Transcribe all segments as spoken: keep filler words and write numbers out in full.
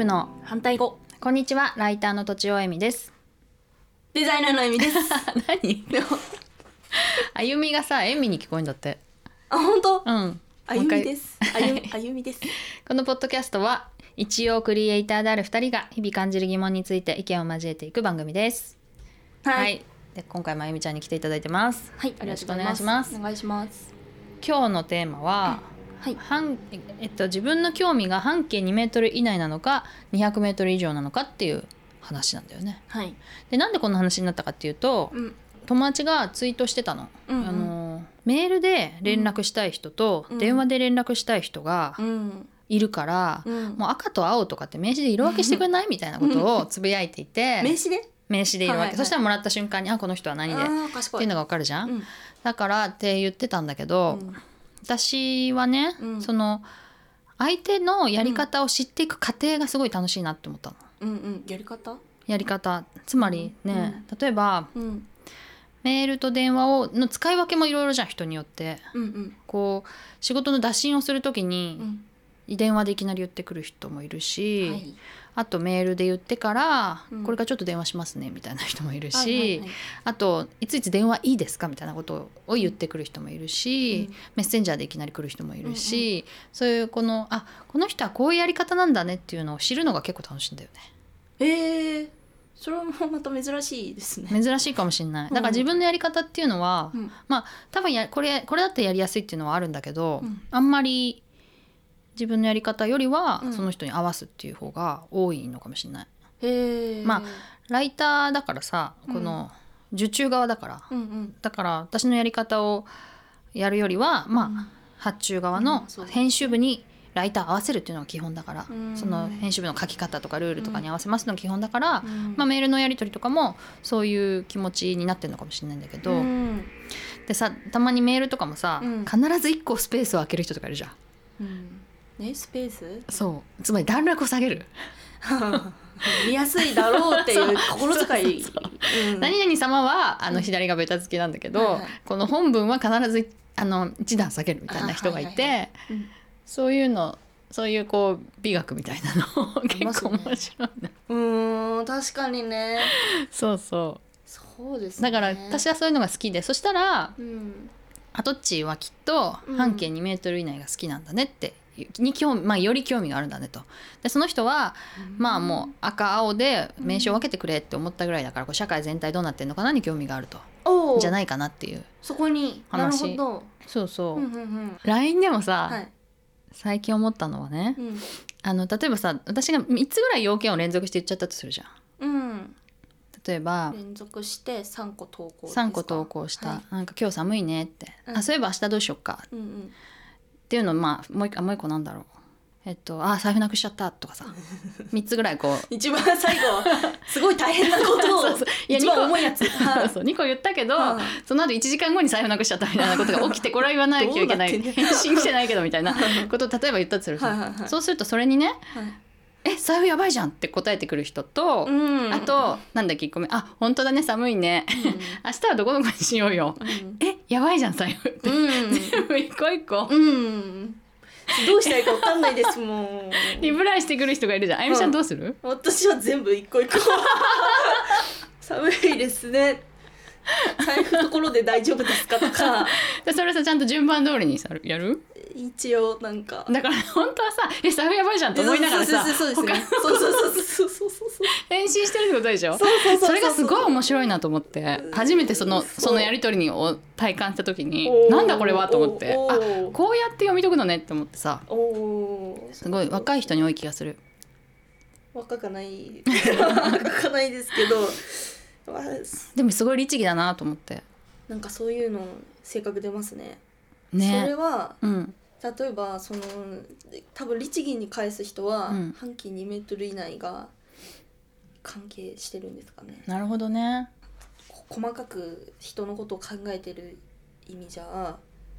ムの反対語。 こんにちは、ライターのとちおえみです。 デザイナーのえみです何あゆみがさ、えみに聞こえんだって。 あ、本当？ うんあゆみですあゆあゆみですこのポッドキャストは一応クリエイターであるふたりが日々感じる疑問について意見を交えていく番組です。 はい、 ははいい、 で今回もあゆみちゃんに来ていただいてます。 はい、ありがとうございます。 よろしくお願いします。 お願いします。 今日のテーマは、 はい、 半えっと、自分の興味が半径にメートル以内なのかにひゃくメートル以上なのかっていう話なんだよね。 はい、 でなんでこんな話になったかっていうと、 うん、 友達がツイートしてたの、 うんうん、 あのメールで連絡したい人と電話で連絡したい人がいるから、 うん、 もう赤と青とかって名刺で色分けしてくれないみたいなことをつぶやいていて名刺で名刺で色分け、 はいはいはい、 そしたらもらった瞬間にあこの人は何でっていうのが分かるじゃん、 うん、 だからって言ってたんだけど、うん、私はね、うん、その相手のやり方を知っていく過程がすごい楽しいなって思ったの、 うんうん、やり方やり方つまりね、うん、例えば、うん、メールと電話をの使い分けもいろいろじゃん人によって、うんうん、こう仕事の打診をするときに、うん、電話でいきなり言ってくる人もいるし、はい、あとメールで言ってから、うん、これからちょっと電話しますねみたいな人もいるし、はいはいはい、あといついつ電話いいですかみたいなことを言ってくる人もいるし、うん、メッセンジャーでいきなり来る人もいるし、うんうん、そういうこのあこの人はこういうやり方なんだねっていうのを知るのが結構楽しいんだよね。 えーそれもまた珍しいですね。 珍しいかもしれない。だから自分のやり方っていうのは、うん、まあ多分やこれこれだってやりやすいっていうのはあるんだけど、うん、あんまり自分のやり方よりはその人に合わすっていう方が多いのかもしれない。 うん、へー。 まあライターだからさ、この受注側だから、うんうん、だから私のやり方をやるよりは、まあ、うん、発注側の編集部にライター合わせるっていうのが基本だから、うん、その編集部の書き方とかルールとかに合わせますのが基本だから、うんまあ、メールのやり取りとかもそういう気持ちになってるのかもしれないんだけど、うん、でさたまにメールとかもさ、うん、必ずいっこスペースを空ける人とかいるじゃん、 うんね、スペースそうつまり段落を下げる見やすいだろうっていう心遣い何々様はあの左がベタ付きなんだけど、うんはいはい、この本文は必ずあの一段下げるみたいな人がいて、はいはいはいうん、そういうのそういうこう美学みたいなの結構面白いな、ね、 うーん確かにねそうそうそうですね。 だから私はそういうのが好きでそしたら、うん、アトッチーはきっと半径にメートル以内が好きなんだねってに興味、まあ、より興味があるんだねと。でその人は、うん、まあもう赤青で名刺を分けてくれって思ったぐらいだから、こう社会全体どうなってんのかなに興味があるとじゃないかなっていうそこに話。 なるほど。 そうそう、 うんうんうん、ライン でもさ、はい、最近思ったのはね、うん、あの例えばさ私がみっつぐらい要件を連続して言っちゃったとするじゃん、うん、例えば連続してさんこ投稿ですか。 さんこ投稿した、はい、なんか今日寒いねって、うん、あそういえば明日どうしよっか、うんうん、っていうのまあもう一個もう一個なんだろうえっと、あ財布なくしちゃったとかさみっつぐらいこう一番最後すごい大変なことをそうそういや一番重いやつそうそうにこ言ったけど、はあ、その後いちじかんごに財布なくしちゃったみたいなことが起きてこれは言わないといけない返信してないけどみたいなことを例えば言ったとする、はいはいはい、そうするとそれにね、はいえ財布やばいじゃんって答えてくる人と、うん、あとなんだっけいっこめあ本当だね寒いね、うん、明日はどこどこにしようよ、うん、えやばいじゃん財布って、うん、全部一個一個、 うんどうしたらいいか分かんないですもんリプライしてくる人がいるじゃん。あゆみちゃんどうする？ 私は全部一個一個寒いですね財布ところで大丈夫ですかとかでそれさちゃんと順番通りにさやる？ 一応なんかだから本当はさえ財布やばいじゃんと思いながらさそうそうそうそうそうそうそうそう返信してるってことでしょ。 そうそうそうそうそれがすごい面白いなと思って初めてそのそのやり取りにを体感した時になんだこれはと思ってあこうやって読み解くのねって思ってさすごい若い人に多い気がする。 若くない若くないですけどでもすごい律儀だなと思ってなんかそういうの性格出ますね。 ねそれは、 うん、 例えばその多分律儀に返す人は、うん、半径にメートル以内が関係してるんですかね。 なるほどね。 細かく人のことを考えてる意味じゃ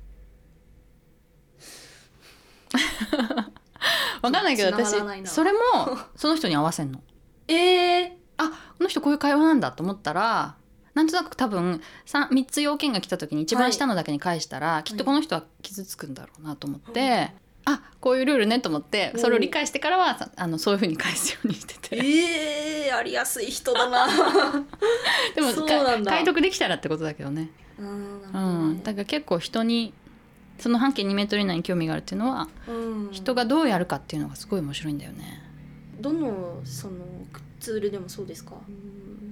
わかんないけど私それもその人に合わせんのえー、 あこの人こういう会話なんだと思ったらなんとなく多分 3, 3つ要件が来た時に一番下のだけに返したら、はい、きっとこの人は傷つくんだろうなと思って、はい、 あこういうルールねと思ってそれを理解してからはあのそういう風に返すようにしててえー、やりやすい人だなでもそうなんだ解読できたらってことだけどね。 うん、 うん、だから結構人にその半径にメートル以内に興味があるっていうのは、うん、人がどうやるかっていうのがすごい面白いんだよね。 どのそのツールでもそうですか？うん、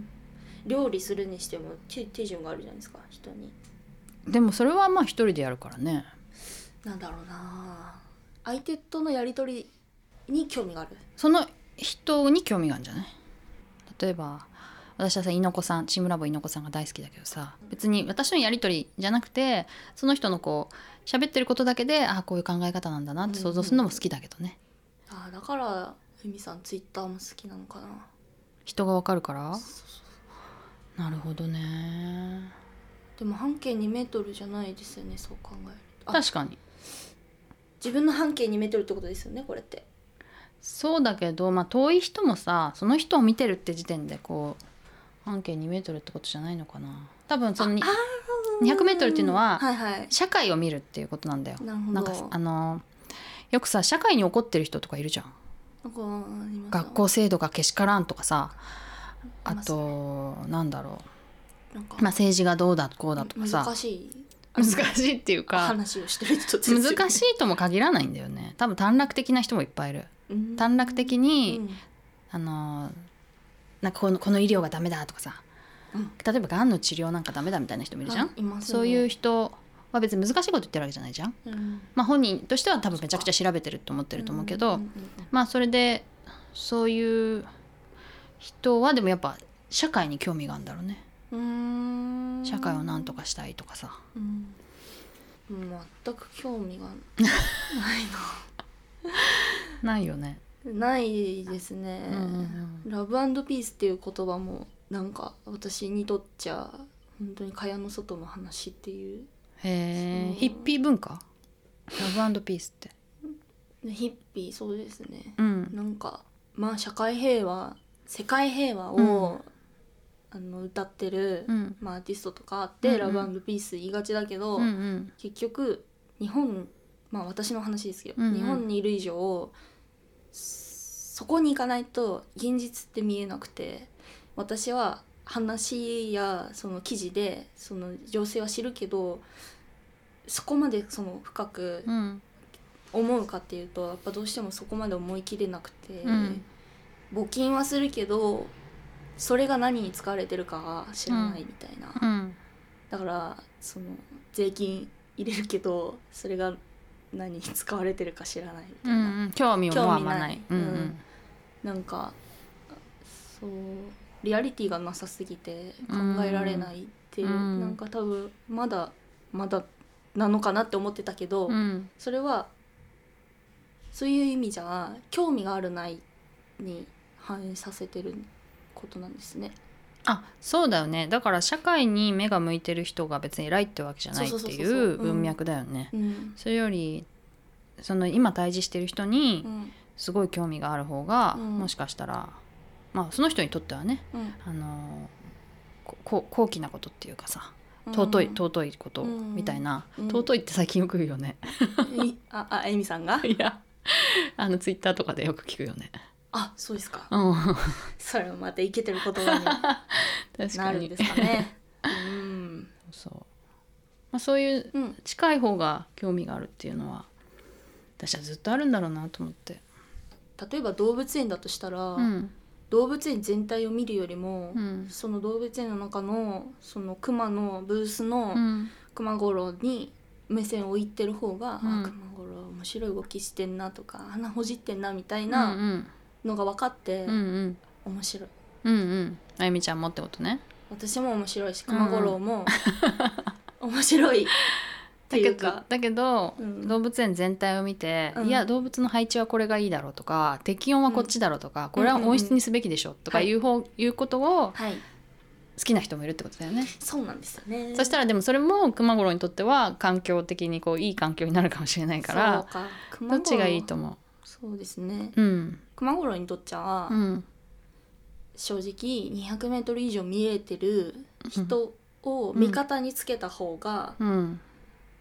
料理するにしても手手順があるじゃないですか人に。 でもそれはまあ一人でやるからね。 なんだろうな、相手とのやり取りに興味がある。 その人に興味があるんじゃない？例えば私はさ猪子さんチームラボ猪子さんが大好きだけどさ、別に私のやり取りじゃなくてその人のこう喋ってることだけであこういう考え方なんだなって想像するのも好きだけどね、 うんうん、あだからエミさんツイッターも好きなのかな。 人がわかるから。なるほどね。 でも半径にメートルじゃないですよね、そう考えると。 確かに自分の半径にメートルってことですよねこれって。 そうだけど、まあ、遠い人もさその人を見てるって時点でこう半径にメートルってことじゃないのかな。多分そのにひゃくメートルっていうのは社会を見るっていうことなんだよ。 なるほど。 なんかあのよくさ社会に怒ってる人とかいるじゃん。なんか学校制度がけしからんとかさ、あとなんだろうなんか、まあ、政治がどうだこうだとかさ難しい難しいっていうか話をしてる人難しいとも限らないんだよね。多分短絡的な人もいっぱいいる。短絡的に、うん、あのなんかこの、この医療がダメだとかさ、うん、例えばがんの治療なんかダメだみたいな人もいるじゃん、はいね、そういう人は別に難しいこと言ってるわけじゃないじゃん、うん、まあ本人としては多分めちゃくちゃ調べてると思ってると思うけど、まあそれでそういう人はでもやっぱ社会に興味があるんだろうね。うーん社会をなんとかしたいとかさ、うん、 全く興味がないなないよね。 ないですね、うんうん、ラブ&ピースっていう言葉もなんか私にとっちゃ本当に蚊帳の外の話っていう。 へえヒッピー文化ラブ&ピースってヒッピーそうですね、うん、なんかまあ社会平和世界平和を、うん、あの歌ってる、うんまあ、アーティストとかあって、うんうん、ラブ&ピース言いがちだけど、うんうん、結局日本まあ私の話ですけど、うんうん、日本にいる以上そこに行かないと現実って見えなくて、私は話やその記事でその情勢は知るけどそこまでその深く思うかっていうとやっぱどうしてもそこまで思い切れなくて、うん、募金はするけどそれが何に使われてるかは知らないみたいな、うんうん、だからその税金入れるけどそれが何に使われてるか知らないみたいな、うんうん、 興味もあんまない、うんうん、 なんかそうリアリティがなさすぎて考えられないって、うん、なんか多分まだまだなのかなって思ってたけど、うん、それはそういう意味じゃ興味があるないに反映させてることなんですね。 あ、そうだよね。だから社会に目が向いてる人が別に偉いってわけじゃないっていう文脈だよね。それよりその今対峙してる人にすごい興味がある方が、うん、もしかしたらまあその人にとってはね、うん、あのこ高貴なことっていうかさ尊い、うん、尊いことみたいな、うん、尊いって最近よく言うよねああえみさんがいやあのツイッターとかでよく聞くよね。 あ、そうですか、うん、それもまたイケてる言葉になるんですかねうん、 そう、まあ、そういう近い方が興味があるっていうのは私はずっとあるんだろうなと思って。 例えば動物園だとしたら、うん、動物園全体を見るよりも、うん、その動物園の中のそのクマのブースのクマゴロに目線を置いてる方が、うん、あ、クマゴロ面白い動きしてんなとか鼻ほじってんなみたいなのが分かって、うんうん、面白い。 うんうん。あゆみちゃんもってことね。 私も面白いしクマゴロも面白いっていうか、 だけど、だけど、うん、動物園全体を見て、うん、いや動物の配置はこれがいいだろうとか適温はこっちだろうとか、うん、これは温室にすべきでしょとかいう、はい、いうことを、はい、好きな人もいるってことだよね。 そうなんですよね。 そしたらでもそれもクマゴロにとっては環境的にこういい環境になるかもしれないから、そうか、どっちがいいと思う。 そうですね、うん、クマゴロにとっちゃ、うん、正直にひゃくメートル以上見えてる人を味方につけた方が、うん、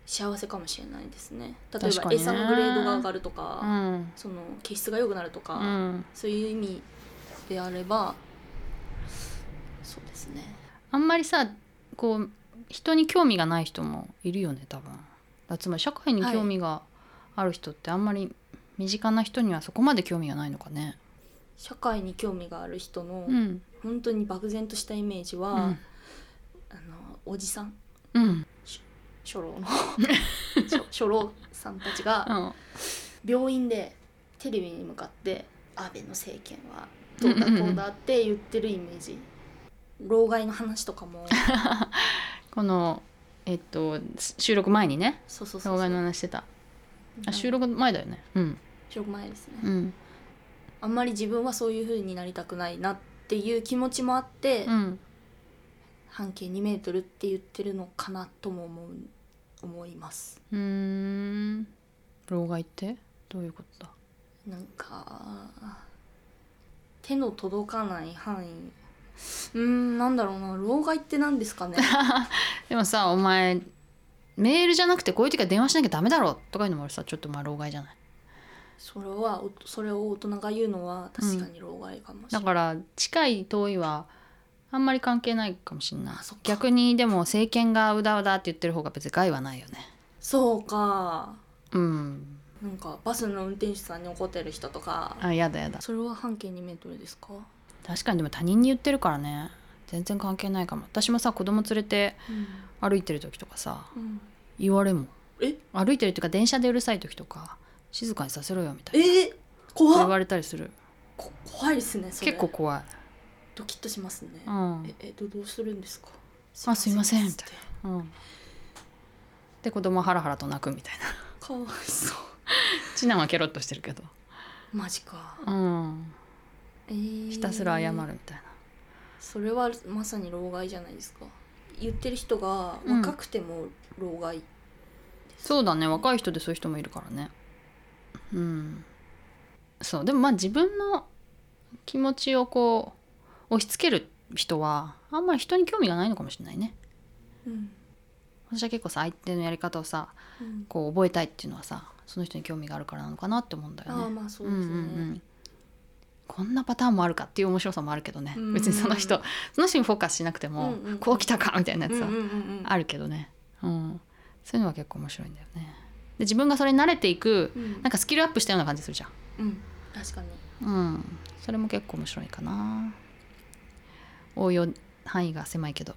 幸せかもしれないですね。例えば餌のグレードが上がるとか、うん、その毛質が良くなるとか、うん、そういう意味であればそうですね。 あんまりさこう人に興味がない人もいるよね多分。だつまり社会に興味がある人ってあんまり身近な人にはそこまで興味がないのかね。 社会に興味がある人の、うん、本当に漠然としたイメージは、うん、あのおじさん、うん、初老の初老さんたちが病院でテレビに向かって安倍の政権はどうだこうだって言ってるイメージ、うんうん、老害の話とかもこのえっと収録前にねそうそうそうそう老害の話してた。あ収録前だよね。うん収録前ですね、うん、あんまり自分はそういう風になりたくないなっていう気持ちもあって、うん、半径にメートルって言ってるのかなとも思う思います。 うーん老害ってどういうことだ。 なんか手の届かない範囲うーんなんだろうな老害って何ですかねでもさお前メールじゃなくてこういう時は電話しなきゃダメだろとかいうのもあるさちょっとまあ老害じゃない。 それはそれを大人が言うのは確かに老害かもしれない、うん、 だから近い遠いはあんまり関係ないかもしれない。逆にでも政権がうだうだって言ってる方が別に害はないよね。 そうかうんなんかバスの運転手さんに怒ってる人とかあやだやだそれは半径にメートルですか。 確かにでも他人に言ってるからね全然関係ないかも。私もさ子供連れて歩いてる時とかさ、うん、言われもん。え歩いてるっていうか電車でうるさい時とか静かにさせろよみたいな、 えー、怖っ言われたりする。 こ怖いですねそれ。 結構怖い。 ドキッとしますね、うん、ええど, どうするんですか。 あすいませんみたいな、うん、で子供はハラハラと泣くみたいな。 かわいそう次男はケロッとしてるけどマジか、 うんえー、ひたすら謝るみたいな。 それはまさに老害じゃないですか。言ってる人が若くても老害、うん、 そうだね若い人でそういう人もいるからね。うんそうでもまあ自分の気持ちをこう押し付ける人はあんまり人に興味がないのかもしれないね、うん、私は結構さ相手のやり方をさ、うん、こう覚えたいっていうのはさその人に興味があるからなのかなって思うんだよね。 あまあそうですね、うんうんうん、 こんなパターンもあるかっていう面白さもあるけどね、うんうんうん、別にその人その人にフォーカスしなくても、うんうんうん、こう来たかみたいなやつはあるけどね、うん、そういうのは結構面白いんだよね。で自分がそれに慣れていく、うん、なんかスキルアップしたような感じするじゃん、 うん、確かに、 うん、それも結構面白いかな。応用範囲が狭いけど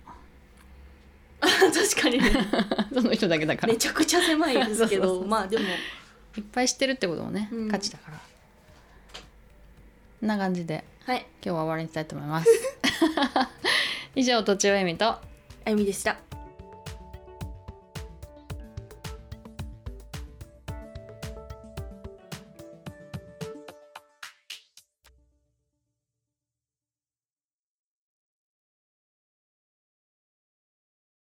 確かにねその人だけだからめちゃくちゃ狭いですけどそうそうそうまあでもいっぱい知ってるってこともね、うん、価値だから。こんな感じで、はい、今日は終わりにしたいと思います以上とちおえみとあゆみでした。